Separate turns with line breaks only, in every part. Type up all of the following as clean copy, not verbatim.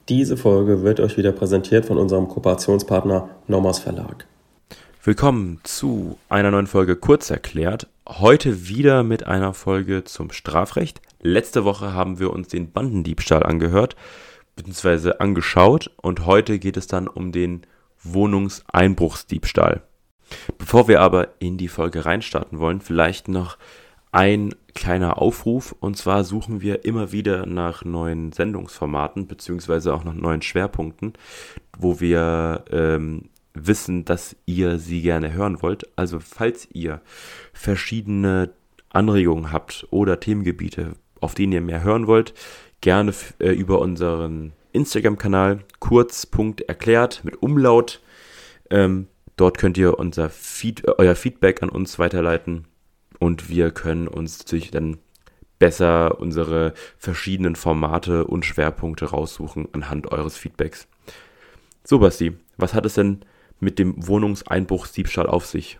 Diese Folge wird euch wieder präsentiert von unserem Kooperationspartner Nomos Verlag.
Willkommen zu einer neuen Folge Kurzerklärt. Heute wieder mit einer Folge zum Strafrecht. Letzte Woche haben wir uns den Bandendiebstahl angehört bzw. angeschaut und heute geht es dann um den Wohnungseinbruchsdiebstahl. Bevor wir aber in die Folge reinstarten wollen, vielleicht noch ein kleiner Aufruf, und zwar suchen wir immer wieder nach neuen Sendungsformaten beziehungsweise auch nach neuen Schwerpunkten, wo wir wissen, dass ihr sie gerne hören wollt. Also falls ihr verschiedene Anregungen habt oder Themengebiete, auf denen ihr mehr hören wollt, gerne über unseren Instagram-Kanal kurz.erklärt mit Umlaut. Dort könnt ihr euer Feedback an uns weiterleiten und wir können uns natürlich dann besser unsere verschiedenen Formate und Schwerpunkte raussuchen anhand eures Feedbacks. So, Basti, was hat es denn mit dem Wohnungseinbruchsdiebstahl auf sich?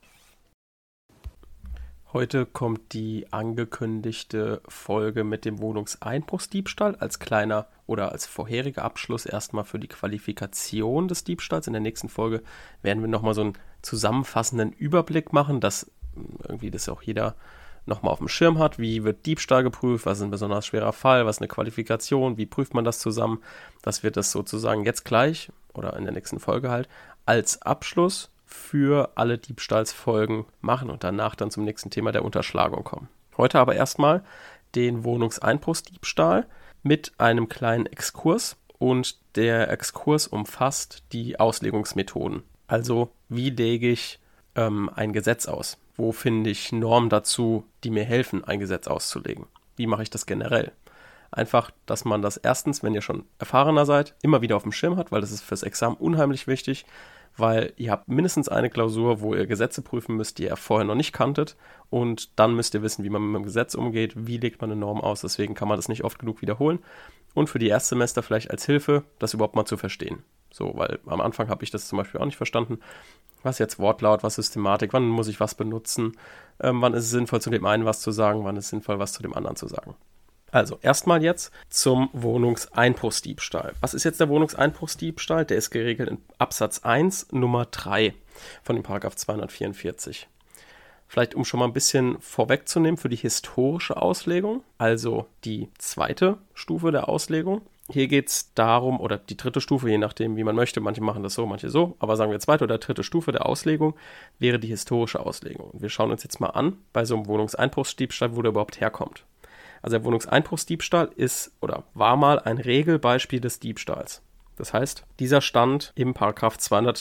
Heute kommt die angekündigte Folge mit dem Wohnungseinbruchsdiebstahl als kleiner oder als vorheriger Abschluss erstmal für die Qualifikation des Diebstahls. In der nächsten Folge werden wir nochmal so einen zusammenfassenden Überblick machen, dass irgendwie das auch jeder nochmal auf dem Schirm hat. Wie wird Diebstahl geprüft? Was ist ein besonders schwerer Fall? Was ist eine Qualifikation? Wie prüft man das zusammen? Dass wir das sozusagen jetzt gleich oder in der nächsten Folge halt als Abschluss für alle Diebstahlsfolgen machen und danach dann zum nächsten Thema der Unterschlagung kommen. Heute aber erstmal den Wohnungseinbruchsdiebstahl mit einem kleinen Exkurs, und der Exkurs umfasst die Auslegungsmethoden. Also wie lege ich ein Gesetz aus? Wo finde ich Normen dazu, die mir helfen, ein Gesetz auszulegen? Wie mache ich das generell? Einfach, dass man das erstens, wenn ihr schon erfahrener seid, immer wieder auf dem Schirm hat, weil das ist fürs Examen unheimlich wichtig, weil ihr habt mindestens eine Klausur, wo ihr Gesetze prüfen müsst, die ihr vorher noch nicht kanntet, und dann müsst ihr wissen, wie man mit dem Gesetz umgeht, wie legt man eine Norm aus, deswegen kann man das nicht oft genug wiederholen, und für die Erstsemester vielleicht als Hilfe, das überhaupt mal zu verstehen. So, weil am Anfang habe ich das zum Beispiel auch nicht verstanden. Was jetzt Wortlaut, was Systematik, wann muss ich was benutzen, wann ist es sinnvoll, zu dem einen was zu sagen, wann ist es sinnvoll, was zu dem anderen zu sagen. Also erstmal jetzt zum Wohnungseinbruchsdiebstahl. Was ist jetzt der Wohnungseinbruchsdiebstahl? Der ist geregelt in Absatz 1 Nummer 3 von dem Paragraph 244. Vielleicht um schon mal ein bisschen vorwegzunehmen für die historische Auslegung, also die zweite Stufe der Auslegung. Hier geht es darum, oder die dritte Stufe, je nachdem, wie man möchte. Manche machen das so, manche so. Aber sagen wir zweite oder dritte Stufe der Auslegung wäre die historische Auslegung. Und wir schauen uns jetzt mal an, bei so einem Wohnungseinbruchsdiebstahl, wo der überhaupt herkommt. Also der Wohnungseinbruchsdiebstahl ist oder war mal ein Regelbeispiel des Diebstahls. Das heißt, dieser stand im Paragraph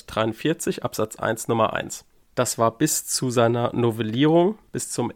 243 Absatz 1 Nummer 1. Das war bis zu seiner Novellierung, bis zum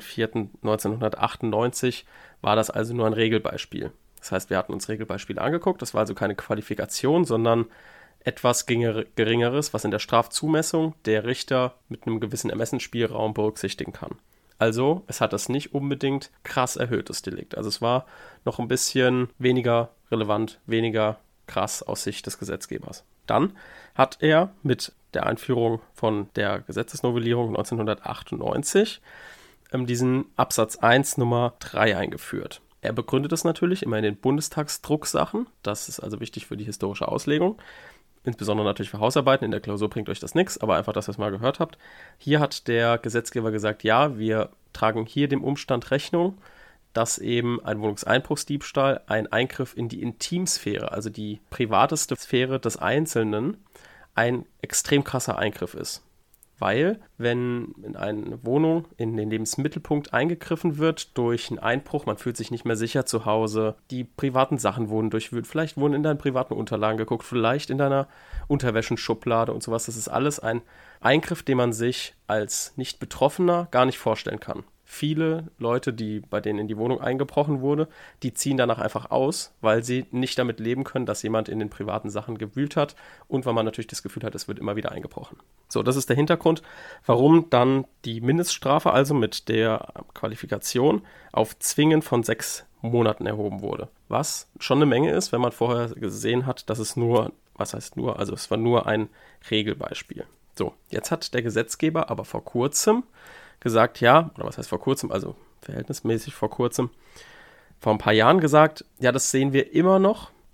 1.4.1998, war das also nur ein Regelbeispiel. Das heißt, wir hatten uns Regelbeispiele angeguckt, das war also keine Qualifikation, sondern etwas Geringeres, was in der Strafzumessung der Richter mit einem gewissen Ermessensspielraum berücksichtigen kann. Also, es hat das nicht unbedingt krass erhöhtes Delikt. Also es war noch ein bisschen weniger relevant, weniger krass aus Sicht des Gesetzgebers. Dann hat er mit der Einführung von der Gesetzesnovellierung 1998 diesen Absatz 1 Nummer 3 eingeführt. Er begründet es natürlich immer in den Bundestagsdrucksachen. Das ist also wichtig für die historische Auslegung. Insbesondere natürlich für Hausarbeiten. In der Klausur bringt euch das nichts, aber einfach, dass ihr es mal gehört habt. Hier hat der Gesetzgeber gesagt, ja, wir tragen hier dem Umstand Rechnung, dass eben ein Wohnungseinbruchsdiebstahl ein Eingriff in die Intimsphäre, also die privateste Sphäre des Einzelnen, ein extrem krasser Eingriff ist. Weil, wenn in eine Wohnung in den Lebensmittelpunkt eingegriffen wird durch einen Einbruch, man fühlt sich nicht mehr sicher zu Hause, die privaten Sachen wurden durchwühlt, vielleicht wurden in deinen privaten Unterlagen geguckt, vielleicht in deiner Unterwäschenschublade und sowas. Das ist alles ein Eingriff, den man sich als Nicht-Betroffener gar nicht vorstellen kann. Viele Leute, bei denen in die Wohnung eingebrochen wurde, die ziehen danach einfach aus, weil sie nicht damit leben können, dass jemand in den privaten Sachen gewühlt hat und weil man natürlich das Gefühl hat, es wird immer wieder eingebrochen. So, das ist der Hintergrund, warum dann die Mindeststrafe, also mit der Qualifikation, auf Zwingen von 6 Monaten erhoben wurde. Was schon eine Menge ist, wenn man vorher gesehen hat, dass es nur, was heißt nur, also es war nur ein Regelbeispiel. So, jetzt hat der Gesetzgeber aber vor kurzem gesagt, ja, oder was heißt vor kurzem, also verhältnismäßig vor kurzem, vor ein paar Jahren gesagt, ja, das sehen wir immer noch,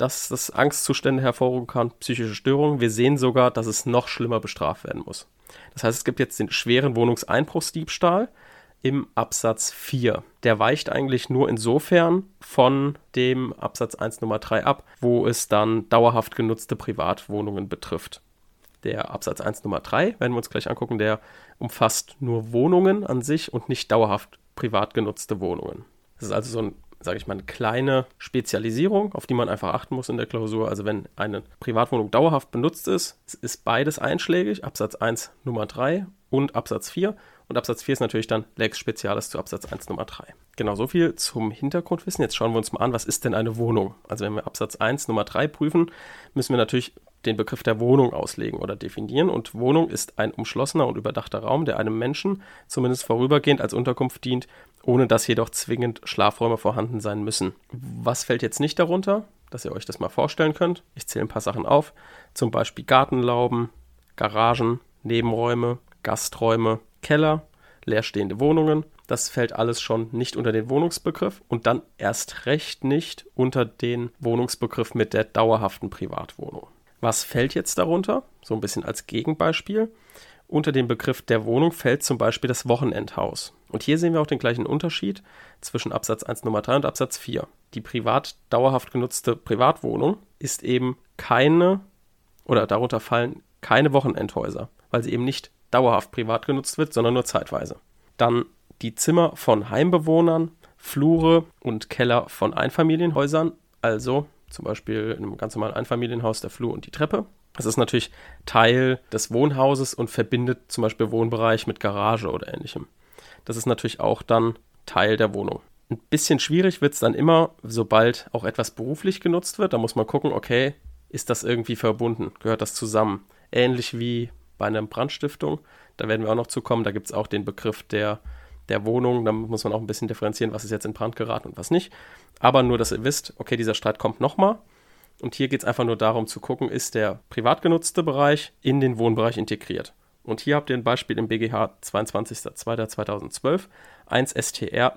dass das Angstzustände hervorrufen kann, psychische Störungen. Wir sehen sogar, dass es noch schlimmer bestraft werden muss. Das heißt, es gibt jetzt den schweren Wohnungseinbruchsdiebstahl im Absatz 4. Der weicht eigentlich nur insofern von dem Absatz 1 Nummer 3 ab, wo es dann dauerhaft genutzte Privatwohnungen betrifft. Der Absatz 1 Nummer 3, werden wir uns gleich angucken, der umfasst nur Wohnungen an sich und nicht dauerhaft privat genutzte Wohnungen. Das ist also so ein, sage ich mal, eine kleine Spezialisierung, auf die man einfach achten muss in der Klausur. Also wenn eine Privatwohnung dauerhaft benutzt ist, ist beides einschlägig, Absatz 1 Nummer 3 und Absatz 4. Und Absatz 4 ist natürlich dann Lex Specialis zu Absatz 1 Nummer 3. Genau, so viel zum Hintergrundwissen. Jetzt schauen wir uns mal an, was ist denn eine Wohnung? Also wenn wir Absatz 1 Nummer 3 prüfen, müssen wir natürlich den Begriff der Wohnung auslegen oder definieren. Und Wohnung ist ein umschlossener und überdachter Raum, der einem Menschen zumindest vorübergehend als Unterkunft dient, ohne dass jedoch zwingend Schlafräume vorhanden sein müssen. Was fällt jetzt nicht darunter? Dass ihr euch das mal vorstellen könnt. Ich zähle ein paar Sachen auf. Zum Beispiel Gartenlauben, Garagen, Nebenräume, Gasträume, Keller, leerstehende Wohnungen. Das fällt alles schon nicht unter den Wohnungsbegriff und dann erst recht nicht unter den Wohnungsbegriff mit der dauerhaften Privatwohnung. Was fällt jetzt darunter? So ein bisschen als Gegenbeispiel. Unter den Begriff der Wohnung fällt zum Beispiel das Wochenendhaus. Und hier sehen wir auch den gleichen Unterschied zwischen Absatz 1 Nummer 3 und Absatz 4. Die privat dauerhaft genutzte Privatwohnung ist eben keine, oder darunter fallen keine Wochenendhäuser, weil sie eben nicht dauerhaft privat genutzt wird, sondern nur zeitweise. Dann die Zimmer von Heimbewohnern, Flure und Keller von Einfamilienhäusern, also zum Beispiel in einem ganz normalen Einfamilienhaus der Flur und die Treppe. Das ist natürlich Teil des Wohnhauses und verbindet zum Beispiel Wohnbereich mit Garage oder ähnlichem. Das ist natürlich auch dann Teil der Wohnung. Ein bisschen schwierig wird es dann immer, sobald auch etwas beruflich genutzt wird. Da muss man gucken, okay, ist das irgendwie verbunden? Gehört das zusammen? Ähnlich wie bei einer Brandstiftung, da werden wir auch noch zukommen, da gibt es auch den Begriff der Wohnung, da muss man auch ein bisschen differenzieren, was ist jetzt in Brand geraten und was nicht. Aber nur, dass ihr wisst, okay, dieser Streit kommt nochmal und hier geht es einfach nur darum zu gucken, ist der privat genutzte Bereich in den Wohnbereich integriert. Und hier habt ihr ein Beispiel im BGH 22.02.2012, 1 StR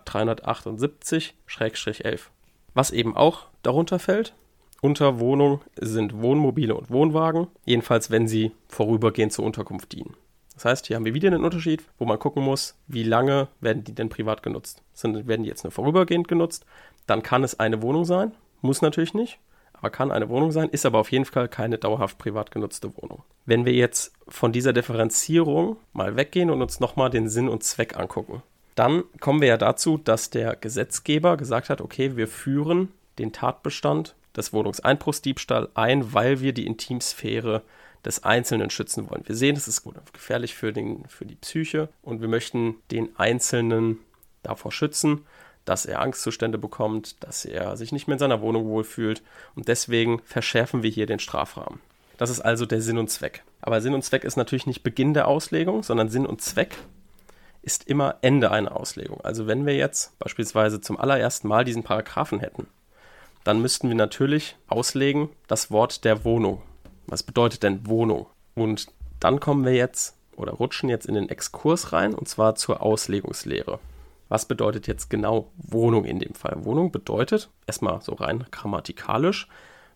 378/11. Was eben auch darunter fällt, unter Wohnung sind Wohnmobile und Wohnwagen, jedenfalls wenn sie vorübergehend zur Unterkunft dienen. Das heißt, hier haben wir wieder einen Unterschied, wo man gucken muss, wie lange werden die denn privat genutzt. Werden die jetzt nur vorübergehend genutzt, dann kann es eine Wohnung sein, muss natürlich nicht, aber kann eine Wohnung sein, ist aber auf jeden Fall keine dauerhaft privat genutzte Wohnung. Wenn wir jetzt von dieser Differenzierung mal weggehen und uns nochmal den Sinn und Zweck angucken, dann kommen wir ja dazu, dass der Gesetzgeber gesagt hat, okay, wir führen den Tatbestand des Wohnungseinbruchsdiebstahl ein, weil wir die Intimsphäre des Einzelnen schützen wollen. Wir sehen, das ist gefährlich für die Psyche und wir möchten den Einzelnen davor schützen, dass er Angstzustände bekommt, dass er sich nicht mehr in seiner Wohnung wohlfühlt und deswegen verschärfen wir hier den Strafrahmen. Das ist also der Sinn und Zweck. Aber Sinn und Zweck ist natürlich nicht Beginn der Auslegung, sondern Sinn und Zweck ist immer Ende einer Auslegung. Also wenn wir jetzt beispielsweise zum allerersten Mal diesen Paragraphen hätten, dann müssten wir natürlich auslegen das Wort der Wohnung. Was bedeutet denn Wohnung? Und dann kommen wir jetzt oder rutschen jetzt in den Exkurs rein und zwar zur Auslegungslehre. Was bedeutet jetzt genau Wohnung in dem Fall? Wohnung bedeutet erstmal so rein grammatikalisch,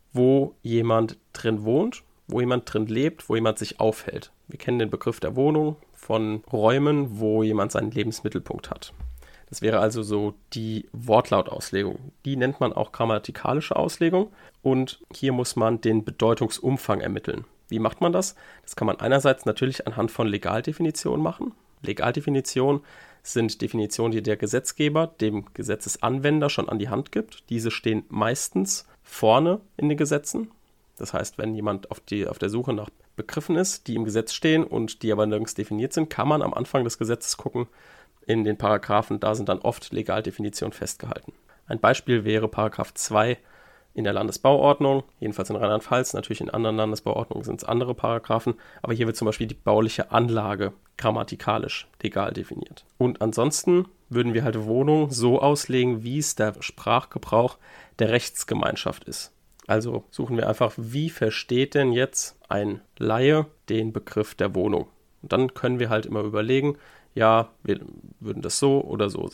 wo jemand drin wohnt, wo jemand drin lebt, wo jemand sich aufhält. Wir kennen den Begriff der Wohnung von Räumen, wo jemand seinen Lebensmittelpunkt hat. Das wäre also so die Wortlautauslegung. Die nennt man auch grammatikalische Auslegung und hier muss man den Bedeutungsumfang ermitteln. Wie macht man das? Das kann man einerseits natürlich anhand von Legaldefinitionen machen. Legaldefinitionen sind Definitionen, die der Gesetzgeber dem Gesetzesanwender schon an die Hand gibt. Diese stehen meistens vorne in den Gesetzen. Das heißt, wenn jemand auf der Suche nach Begriffen ist, die im Gesetz stehen und die aber nirgends definiert sind, kann man am Anfang des Gesetzes gucken, in den Paragraphen, da sind dann oft Legaldefinitionen festgehalten. Ein Beispiel wäre Paragraph 2 in der Landesbauordnung, jedenfalls in Rheinland-Pfalz, natürlich in anderen Landesbauordnungen sind es andere Paragraphen, aber hier wird zum Beispiel die bauliche Anlage grammatikalisch legal definiert. Und ansonsten würden wir halt Wohnung so auslegen, wie es der Sprachgebrauch der Rechtsgemeinschaft ist. Also suchen wir einfach, wie versteht denn jetzt ein Laie den Begriff der Wohnung? Und dann können wir halt immer überlegen, ja, wir würden das so oder so sehen.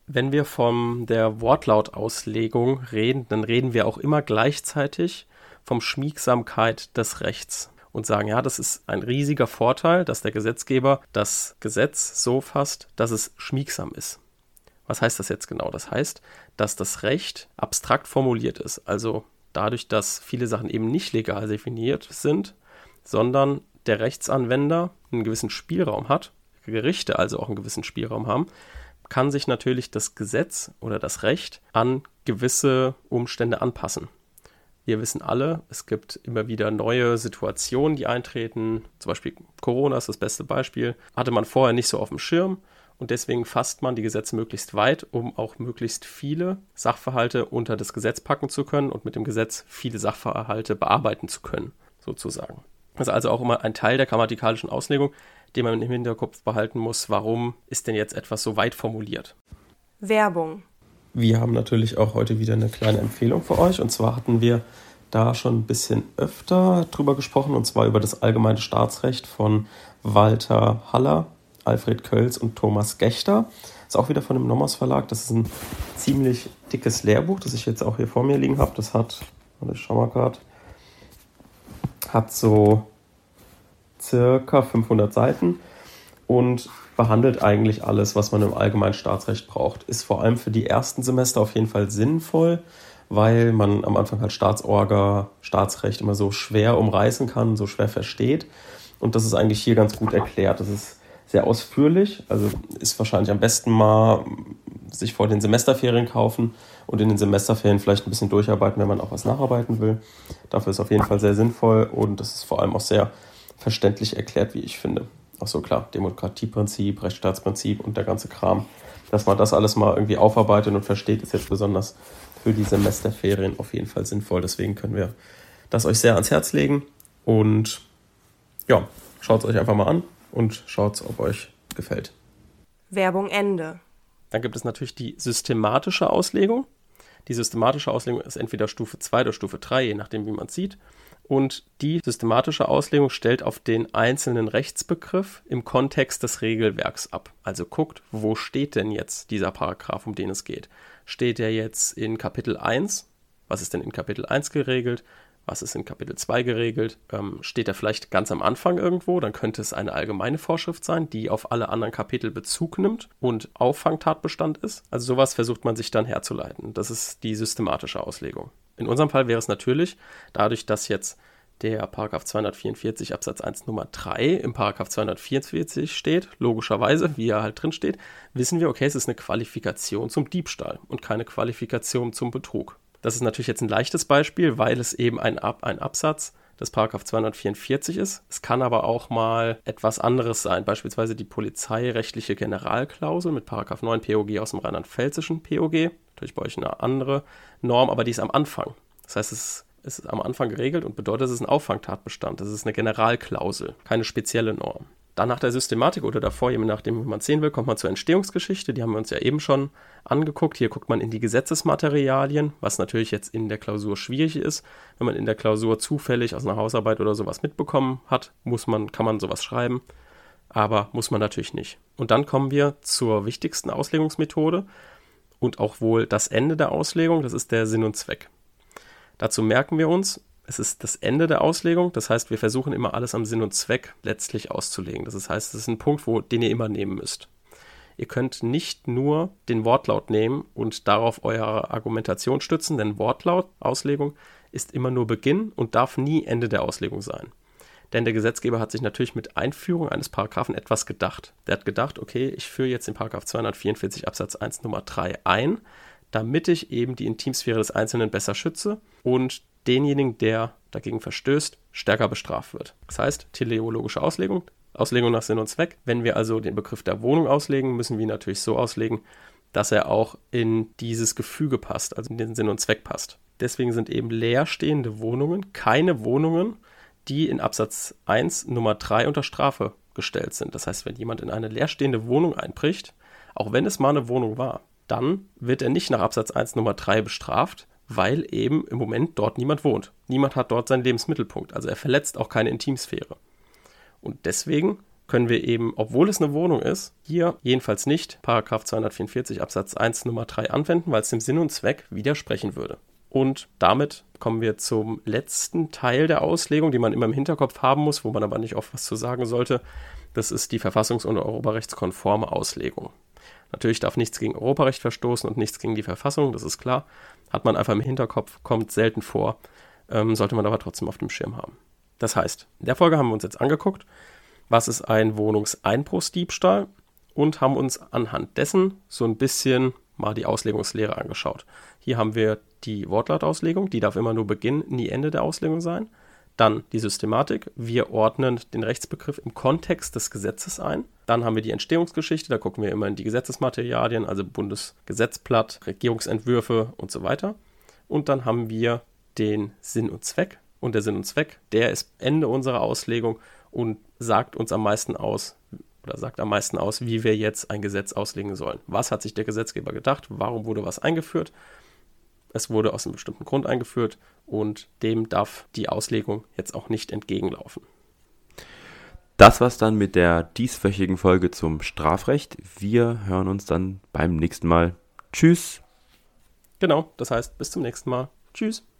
Wenn wir von der Wortlautauslegung reden, dann reden wir auch immer gleichzeitig vom Schmiegsamkeit des Rechts und sagen, ja, das ist ein riesiger Vorteil, dass der Gesetzgeber das Gesetz so fasst, dass es schmiegsam ist. Was heißt das jetzt genau? Das heißt, dass das Recht abstrakt formuliert ist, also dadurch, dass viele Sachen eben nicht legal definiert sind, sondern der Rechtsanwender einen gewissen Spielraum hat, Gerichte also auch einen gewissen Spielraum haben, kann sich natürlich das Gesetz oder das Recht an gewisse Umstände anpassen. Wir wissen alle, es gibt immer wieder neue Situationen, die eintreten. Zum Beispiel Corona ist das beste Beispiel. Hatte man vorher nicht so auf dem Schirm und deswegen fasst man die Gesetze möglichst weit, um auch möglichst viele Sachverhalte unter das Gesetz packen zu können und mit dem Gesetz viele Sachverhalte bearbeiten zu können, sozusagen. Das ist also auch immer ein Teil der grammatikalischen Auslegung, den man im Hinterkopf behalten muss, warum ist denn jetzt etwas so weit formuliert.
Werbung.
Wir haben natürlich auch heute wieder eine kleine Empfehlung für euch. Und zwar hatten wir da schon ein bisschen öfter drüber gesprochen, und zwar über das Allgemeine Staatsrecht von Walter Haller, Alfred Kölz und Thomas Gechter. Ist auch wieder von dem Nomos Verlag. Das ist ein ziemlich dickes Lehrbuch, das ich jetzt auch hier vor mir liegen habe. Das hat, ich schau mal gerade, hat so circa 500 Seiten und behandelt eigentlich alles, was man im allgemeinen Staatsrecht braucht. Ist vor allem für die ersten Semester auf jeden Fall sinnvoll, weil man am Anfang halt Staatsorga, Staatsrecht immer so schwer umreißen kann, so schwer versteht. Und das ist eigentlich hier ganz gut erklärt. Das ist sehr ausführlich, also ist wahrscheinlich am besten mal sich vor den Semesterferien kaufen und in den Semesterferien vielleicht ein bisschen durcharbeiten, wenn man auch was nacharbeiten will. Dafür ist es auf jeden Fall sehr sinnvoll und das ist vor allem auch sehr verständlich erklärt, wie ich finde. Auch so klar, Demokratieprinzip, Rechtsstaatsprinzip und der ganze Kram. Dass man das alles mal irgendwie aufarbeitet und versteht, ist jetzt besonders für die Semesterferien auf jeden Fall sinnvoll. Deswegen können wir das euch sehr ans Herz legen. Und ja, schaut es euch einfach mal an und schaut, ob euch gefällt.
Werbung Ende.
Dann gibt es natürlich die systematische Auslegung. Die systematische Auslegung ist entweder Stufe 2 oder Stufe 3, je nachdem, wie man es sieht. Und die systematische Auslegung stellt auf den einzelnen Rechtsbegriff im Kontext des Regelwerks ab. Also guckt, wo steht denn jetzt dieser Paragraph, um den es geht. Steht der jetzt in Kapitel 1? Was ist denn in Kapitel 1 geregelt? Was ist in Kapitel 2 geregelt? Steht er vielleicht ganz am Anfang irgendwo? Dann könnte es eine allgemeine Vorschrift sein, die auf alle anderen Kapitel Bezug nimmt und Auffangtatbestand ist. Also sowas versucht man sich dann herzuleiten. Das ist die systematische Auslegung. In unserem Fall wäre es natürlich, dadurch, dass jetzt der Paragraph 244 Absatz 1 Nummer 3 im Paragraph 244 steht, logischerweise, wie er halt drin steht, wissen wir, okay, es ist eine Qualifikation zum Diebstahl und keine Qualifikation zum Betrug. Das ist natürlich jetzt ein leichtes Beispiel, weil es eben ein Absatz des Paragraph 244 ist. Es kann aber auch mal etwas anderes sein, beispielsweise die polizeirechtliche Generalklausel mit Paragraph 9 POG aus dem rheinland-pfälzischen POG. Natürlich bei euch eine andere Norm, aber die ist am Anfang. Das heißt, es ist am Anfang geregelt und bedeutet, es ist ein Auffangtatbestand. Das ist eine Generalklausel, keine spezielle Norm. Dann nach der Systematik oder davor, je nachdem, wie man es sehen will, kommt man zur Entstehungsgeschichte. Die haben wir uns ja eben schon angeguckt. Hier guckt man in die Gesetzesmaterialien, was natürlich jetzt in der Klausur schwierig ist. Wenn man in der Klausur zufällig aus einer Hausarbeit oder sowas mitbekommen hat, kann man sowas schreiben. Aber muss man natürlich nicht. Und dann kommen wir zur wichtigsten Auslegungsmethode und auch wohl das Ende der Auslegung. Das ist der Sinn und Zweck. Dazu merken wir uns, es ist das Ende der Auslegung, das heißt, wir versuchen immer alles am Sinn und Zweck letztlich auszulegen. Das heißt, es ist ein Punkt, den ihr immer nehmen müsst. Ihr könnt nicht nur den Wortlaut nehmen und darauf eure Argumentation stützen, denn Wortlaut, Auslegung, ist immer nur Beginn und darf nie Ende der Auslegung sein. Denn der Gesetzgeber hat sich natürlich mit Einführung eines Paragraphen etwas gedacht. Der hat gedacht, okay, ich führe jetzt den Paragraph 244 Absatz 1 Nummer 3 ein, damit ich eben die Intimsphäre des Einzelnen besser schütze und denjenigen, der dagegen verstößt, stärker bestraft wird. Das heißt, teleologische Auslegung nach Sinn und Zweck. Wenn wir also den Begriff der Wohnung auslegen, müssen wir ihn natürlich so auslegen, dass er auch in dieses Gefüge passt, also in den Sinn und Zweck passt. Deswegen sind eben leerstehende Wohnungen keine Wohnungen, die in Absatz 1 Nummer 3 unter Strafe gestellt sind. Das heißt, wenn jemand in eine leerstehende Wohnung einbricht, auch wenn es mal eine Wohnung war, dann wird er nicht nach Absatz 1 Nummer 3 bestraft, weil eben im Moment dort niemand wohnt. Niemand hat dort seinen Lebensmittelpunkt. Also er verletzt auch keine Intimsphäre. Und deswegen können wir eben, obwohl es eine Wohnung ist, hier jedenfalls nicht § 244 Absatz 1 Nummer 3 anwenden, weil es dem Sinn und Zweck widersprechen würde. Und damit kommen wir zum letzten Teil der Auslegung, die man immer im Hinterkopf haben muss, wo man aber nicht oft was zu sagen sollte. Das ist die verfassungs- und europarechtskonforme Auslegung. Natürlich darf nichts gegen Europarecht verstoßen und nichts gegen die Verfassung, das ist klar. Hat man einfach im Hinterkopf, kommt selten vor, sollte man aber trotzdem auf dem Schirm haben. Das heißt, in der Folge haben wir uns jetzt angeguckt, was ist ein Wohnungseinbruchsdiebstahl und haben uns anhand dessen so ein bisschen mal die Auslegungslehre angeschaut. Hier haben wir die Wortlautauslegung, die darf immer nur Beginn, nie Ende der Auslegung sein. Dann die Systematik, wir ordnen den Rechtsbegriff im Kontext des Gesetzes ein. Dann haben wir die Entstehungsgeschichte, da gucken wir immer in die Gesetzesmaterialien, also Bundesgesetzblatt, Regierungsentwürfe und so weiter. Und dann haben wir den Sinn und Zweck. Und der Sinn und Zweck, der ist Ende unserer Auslegung und sagt uns am meisten aus, wie wir jetzt ein Gesetz auslegen sollen. Was hat sich der Gesetzgeber gedacht? Warum wurde was eingeführt? Es wurde aus einem bestimmten Grund eingeführt und dem darf die Auslegung jetzt auch nicht entgegenlaufen.
Das war's dann mit der dieswöchigen Folge zum Strafrecht. Wir hören uns dann beim nächsten Mal. Tschüss.
Genau, das heißt bis zum nächsten Mal. Tschüss.